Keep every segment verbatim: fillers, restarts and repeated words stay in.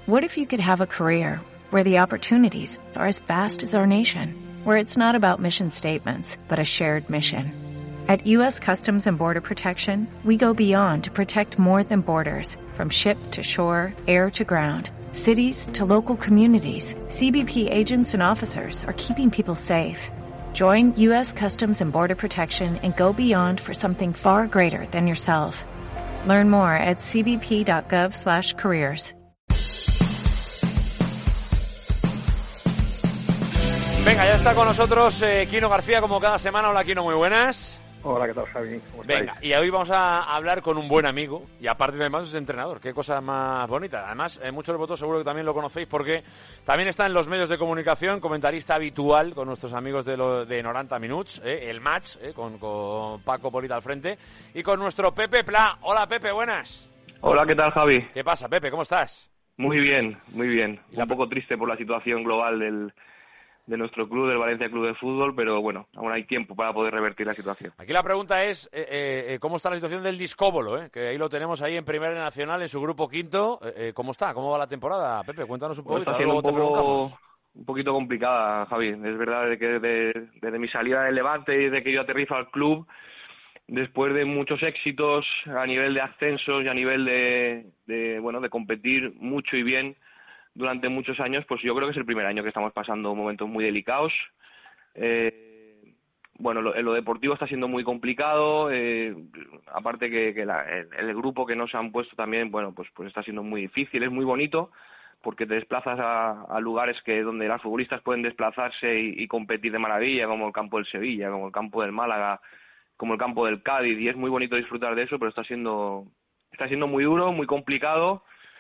What if you could have a career where the opportunities are as vast as our nation, where it's not about mission statements, but a shared mission? At U S Customs and Border Protection, we go beyond to protect more than borders, from ship to shore, air to ground, cities to local communities. C B P agents and officers are keeping people safe. Join U S Customs and Border Protection and go beyond for something far greater than yourself. Learn more at c b p dot gov slash careers. Venga, ya está con nosotros eh, Quino García, como cada semana. Hola, Quino, muy buenas. Hola, ¿qué tal, Javi? ¿Cómo estáis? Venga, y hoy vamos a hablar con un buen amigo, y aparte de más es entrenador. Qué cosa más bonita. Además, eh, muchos de vosotros seguro que también lo conocéis porque también está en los medios de comunicación, comentarista habitual con nuestros amigos de, lo, de noventa Minuts, eh, el match, eh, con, con Paco Polita al frente, y con nuestro Pepe Pla. Hola, Pepe, buenas. Hola, ¿qué tal, Javi? ¿Qué pasa, Pepe? ¿Cómo estás? Muy bien, muy bien. La... Un poco triste por la situación global del... de nuestro club, del Valencia Club de Fútbol, pero bueno, aún hay tiempo para poder revertir la situación. Aquí la pregunta es, eh, eh, ¿cómo está la situación del Discóbolo? Eh? Que ahí lo tenemos ahí en Primera Nacional, en su grupo quinto. Eh, ¿Cómo está? ¿Cómo va la temporada, Pepe? Cuéntanos un poco. Pues está siendo un poco, un poquito complicada, Javi. Es verdad de que desde, desde mi salida del Levante y de que yo aterrizo al club, después de muchos éxitos a nivel de ascensos y a nivel de, de bueno, de competir mucho y bien durante muchos años, pues yo creo que es el primer año que estamos pasando momentos muy delicados. Eh, bueno, lo, en lo deportivo está siendo muy complicado, eh, aparte que, que la, el, el grupo que nos han puesto también, bueno, pues, pues está siendo muy difícil, es muy bonito, porque te desplazas a, a lugares que donde las futbolistas pueden desplazarse y, y competir de maravilla, como el campo del Sevilla, como el campo del Málaga, como el campo del Cádiz, y es muy bonito disfrutar de eso, pero está siendo, está siendo muy duro, muy complicado.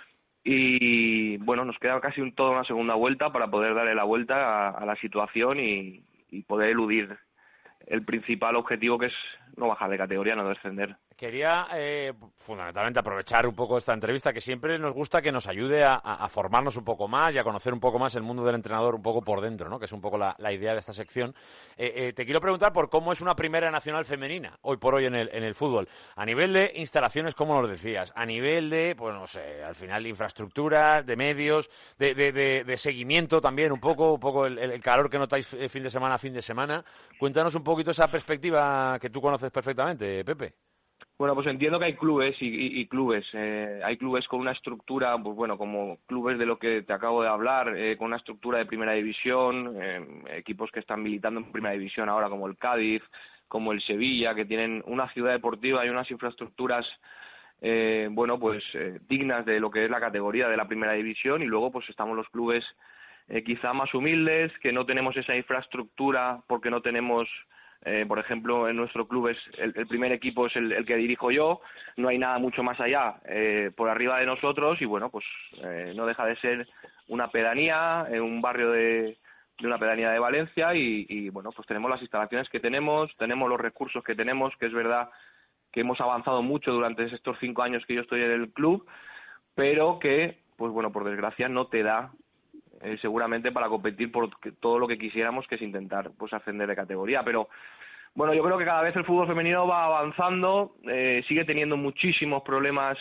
Y bueno, nos queda casi un, toda una segunda vuelta para poder darle la vuelta a, a la situación y, y poder eludir el principal objetivo, que es no bajar de categoría, no descender. Quería eh, fundamentalmente aprovechar un poco esta entrevista, que siempre nos gusta que nos ayude a, a formarnos un poco más y a conocer un poco más el mundo del entrenador un poco por dentro, ¿no? Que es un poco la, la idea de esta sección. Eh, eh, te quiero preguntar por cómo es una Primera Nacional femenina hoy por hoy en el, en el fútbol. A nivel de instalaciones, como nos decías, a nivel de, pues no sé, al final de infraestructuras, de medios, de, de, de, de seguimiento también, un poco, un poco el, el calor que notáis fin de semana a fin de semana. Cuéntanos un poquito esa perspectiva que tú conoces perfectamente, Pepe. Bueno, pues entiendo que hay clubes y, y, y clubes. Eh, hay clubes con una estructura, pues bueno, como clubes de lo que te acabo de hablar, eh, con una estructura de primera división, eh, equipos que están militando en primera división ahora, como el Cádiz, como el Sevilla, que tienen una ciudad deportiva y unas infraestructuras, eh, bueno, pues eh, dignas de lo que es la categoría de la primera división. Y luego pues estamos los clubes eh, quizá más humildes, que no tenemos esa infraestructura porque no tenemos... Eh, por ejemplo, en nuestro club es el, el primer equipo es el, el que dirijo yo, no hay nada mucho más allá eh, por arriba de nosotros y bueno, pues eh, no deja de ser una pedanía, en un barrio de, de una pedanía de Valencia y, y bueno, pues tenemos las instalaciones que tenemos, tenemos los recursos que tenemos, que es verdad que hemos avanzado mucho durante estos cinco años que yo estoy en el club, pero que, pues bueno, por desgracia no te da Eh, seguramente para competir por todo lo que quisiéramos, que es intentar pues ascender de categoría. Pero bueno, yo creo que cada vez el fútbol femenino va avanzando, eh, sigue teniendo muchísimos problemas,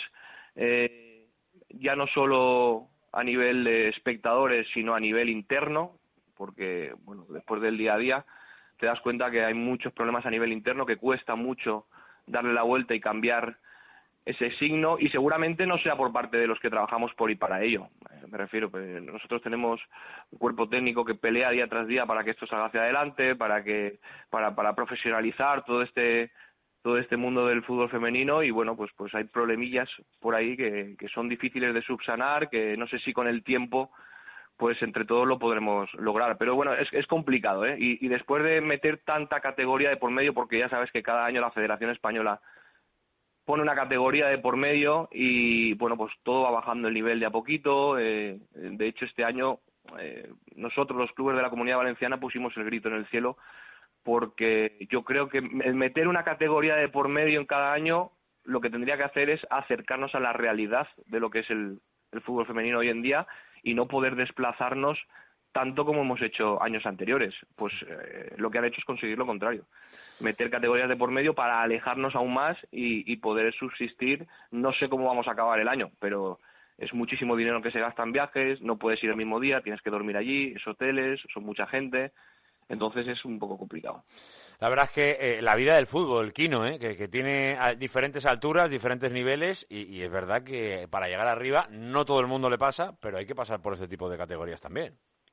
eh, ya no solo a nivel de espectadores, sino a nivel interno, porque bueno, después del día a día te das cuenta que hay muchos problemas a nivel interno, que cuesta mucho darle la vuelta y cambiar ese signo, y seguramente no sea por parte de los que trabajamos por y para ello. Me refiero, pues, nosotros tenemos un cuerpo técnico que pelea día tras día para que esto salga hacia adelante, para que para para profesionalizar todo este todo este mundo del fútbol femenino, y bueno, pues pues hay problemillas por ahí que, que son difíciles de subsanar, que no sé si con el tiempo pues entre todos lo podremos lograr. Pero bueno, es, es complicado, ¿eh? Y, y después de meter tanta categoría de por medio, porque ya sabes que cada año la Federación Española pone una categoría de por medio y bueno, pues todo va bajando el nivel de a poquito. Eh, de hecho, este año eh, nosotros, los clubes de la Comunidad Valenciana, pusimos el grito en el cielo, porque yo creo que el meter una categoría de por medio en cada año lo que tendría que hacer es acercarnos a la realidad de lo que es el, el fútbol femenino hoy en día y no poder desplazarnos tanto como hemos hecho años anteriores. Pues eh, lo que han hecho es conseguir lo contrario, meter categorías de por medio para alejarnos aún más y, y poder subsistir. No sé cómo vamos a acabar el año, pero es muchísimo dinero que se gasta en viajes, no puedes ir el mismo día, tienes que dormir allí, es hoteles, son mucha gente, entonces es un poco complicado. La verdad es que eh, la vida del fútbol, Quino, ¿eh? que, que tiene a diferentes alturas, diferentes niveles, y, y es verdad que para llegar arriba no todo el mundo le pasa, pero hay que pasar por este tipo de categorías también.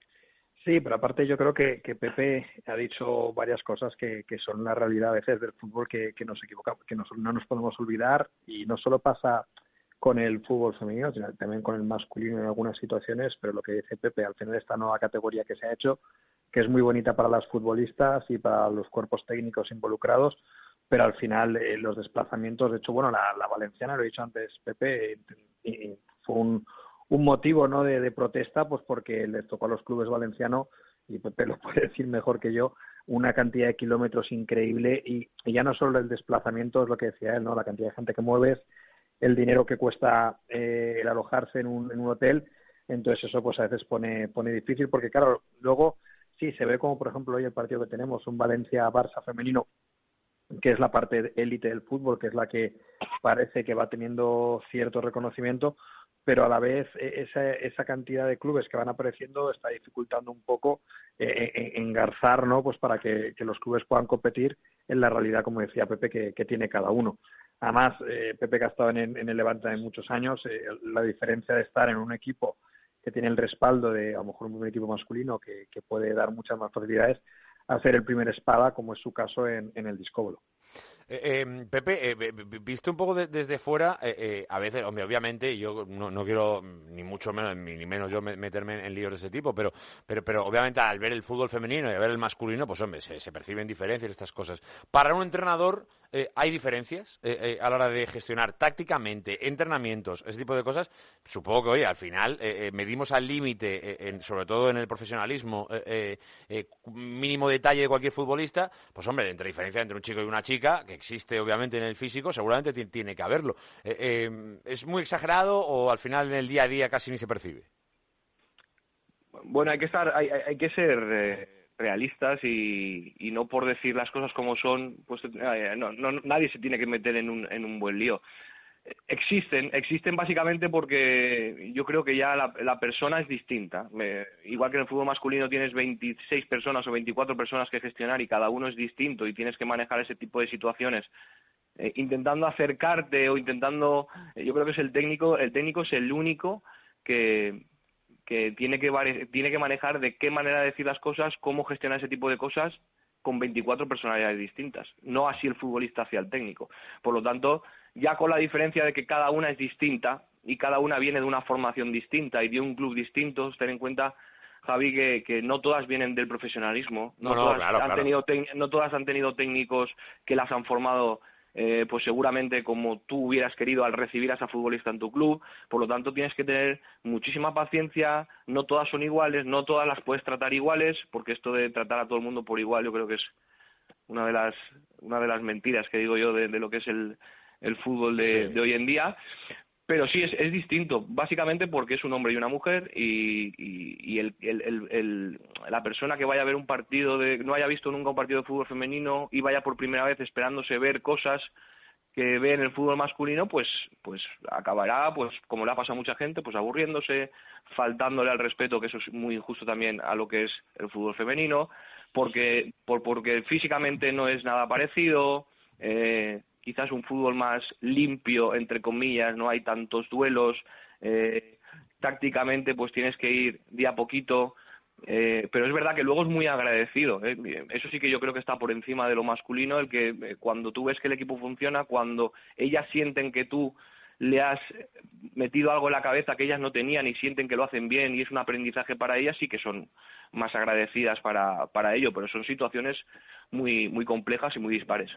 Sí, pero aparte yo creo que, que Pepe ha dicho varias cosas que, que son la realidad a veces del fútbol que, que nos equivocamos, que nos, no nos podemos olvidar, y no solo pasa con el fútbol femenino, sino también con el masculino en algunas situaciones, pero lo que dice Pepe, al tener esta nueva categoría que se ha hecho, que es muy bonita para las futbolistas y para los cuerpos técnicos involucrados, pero al final eh, los desplazamientos, de hecho, bueno, la, la valenciana, lo he dicho antes, Pepe, eh, eh, fue un, un motivo, ¿no?, de, de protesta, pues porque les tocó a los clubes valencianos, y Pepe lo puede decir mejor que yo, una cantidad de kilómetros increíble, y, y ya no solo el desplazamiento, es lo que decía él, ¿no?, la cantidad de gente que mueves, el dinero que cuesta eh, el alojarse en un, en un hotel, entonces eso pues a veces pone, pone difícil, porque claro, luego sí, se ve como, por ejemplo, hoy el partido que tenemos, un Valencia-Barça femenino, que es la parte élite del fútbol, que es la que parece que va teniendo cierto reconocimiento, pero a la vez esa, esa cantidad de clubes que van apareciendo está dificultando un poco eh, engarzar, ¿no?, pues para que, que los clubes puedan competir en la realidad, como decía Pepe, que, que tiene cada uno. Además, eh, Pepe, que ha estado en, en el Levante en muchos años, eh, la diferencia de estar en un equipo que tiene el respaldo de, a lo mejor, un equipo masculino que, que puede dar muchas más facilidades, a ser el primer espada, como es su caso en, en el discóbolo. Eh, eh, Pepe, eh, visto un poco de, desde fuera, eh, eh, a veces, hombre, obviamente, yo no, no quiero ni mucho menos, ni menos yo meterme en líos de ese tipo, pero, pero, pero obviamente al ver el fútbol femenino y al ver el masculino, pues hombre, se, se perciben diferencias estas cosas. Para un entrenador, eh, ¿hay diferencias eh, eh, a la hora de gestionar tácticamente, entrenamientos, ese tipo de cosas? Supongo que, oye, al final eh, eh, medimos al límite, eh, sobre todo en el profesionalismo, eh, eh, mínimo detalle de cualquier futbolista, pues hombre, entre diferencia entre un chico y una chica, que existe obviamente en el físico, seguramente t- tiene que haberlo. Eh, eh, ¿Es muy exagerado o al final en el día a día casi ni se percibe? Bueno, hay que estar, hay, hay que ser eh, realistas y, y no por decir las cosas como son, pues eh, no, no, nadie se tiene que meter en un, en un buen lío. Existen, existen básicamente porque yo creo que ya la, la persona es distinta. Me, igual que en el fútbol masculino tienes veintiséis personas o veinticuatro personas que gestionar y cada uno es distinto y tienes que manejar ese tipo de situaciones eh, intentando acercarte o intentando... Eh, yo creo que es el técnico, el técnico es el único que, que tiene que tiene que manejar de qué manera decir las cosas, cómo gestionar ese tipo de cosas con veinticuatro personalidades distintas, no así el futbolista hacia el técnico. Por lo tanto, ya con la diferencia de que cada una es distinta y cada una viene de una formación distinta y de un club distinto, ten en cuenta, Javi, que, que no todas vienen del profesionalismo, no, no, todas, claro, han claro. Tenido no todas han tenido técnicos que las han formado eh, pues seguramente como tú hubieras querido al recibir a esa futbolista en tu club. Por lo tanto, tienes que tener muchísima paciencia, no todas son iguales, no todas las puedes tratar iguales, porque esto de tratar a todo el mundo por igual yo creo que es una de las una de las mentiras que digo yo de, de lo que es el, el fútbol de, sí. de hoy en día. Pero sí, es, es distinto, básicamente porque es un hombre y una mujer y, y, y el, el, el, el, la persona que vaya a ver un partido, de no haya visto nunca un partido de fútbol femenino y vaya por primera vez esperándose ver cosas que ve en el fútbol masculino, pues pues acabará, pues como le ha pasado a mucha gente, pues aburriéndose, faltándole al respeto, que eso es muy injusto también a lo que es el fútbol femenino, porque, por, porque físicamente no es nada parecido, eh, quizás un fútbol más limpio, entre comillas, no hay tantos duelos, eh, tácticamente pues tienes que ir de a poquito, eh, pero es verdad que luego es muy agradecido, ¿eh? Eso sí que yo creo que está por encima de lo masculino, el que eh, cuando tú ves que el equipo funciona, cuando ellas sienten que tú le has metido algo en la cabeza que ellas no tenían y sienten que lo hacen bien y es un aprendizaje para ellas, sí que son más agradecidas para, para ello, pero son situaciones muy, muy complejas y muy dispares.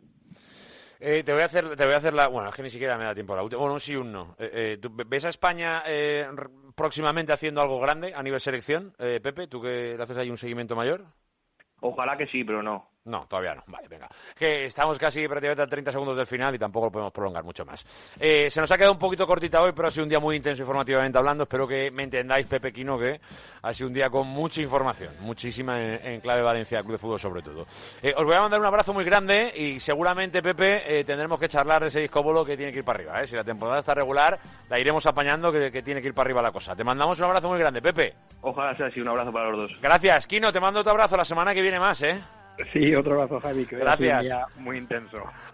Eh, te voy a hacer, te voy a hacer la, bueno, es que ni siquiera me da tiempo a la última, bueno, un sí un no. Eh, eh, ¿tú ves a España eh, próximamente haciendo algo grande a nivel selección, eh, Pepe? ¿Tú que le haces ahí un seguimiento mayor? Ojalá que sí, pero no. No, todavía no. Vale, venga. Que estamos casi prácticamente a treinta segundos del final y tampoco lo podemos prolongar mucho más. Eh, se nos ha quedado un poquito cortita hoy, pero ha sido un día muy intenso informativamente hablando. Espero que me entendáis, Pepe Quino, que ha sido un día con mucha información, muchísima en, en clave Valencia Club de Fútbol sobre todo. Eh, os voy a mandar un abrazo muy grande y seguramente, Pepe, eh, tendremos que charlar de ese disco bolo que tiene que ir para arriba. ¿eh? Si la temporada está regular, la iremos apañando, que, que tiene que ir para arriba la cosa. Te mandamos un abrazo muy grande, Pepe. Ojalá sea así, un abrazo para los dos. Gracias, Quino, te mando otro abrazo la semana que viene más, ¿eh? Sí, otro abrazo, Javi. Que Gracias. un día muy intenso.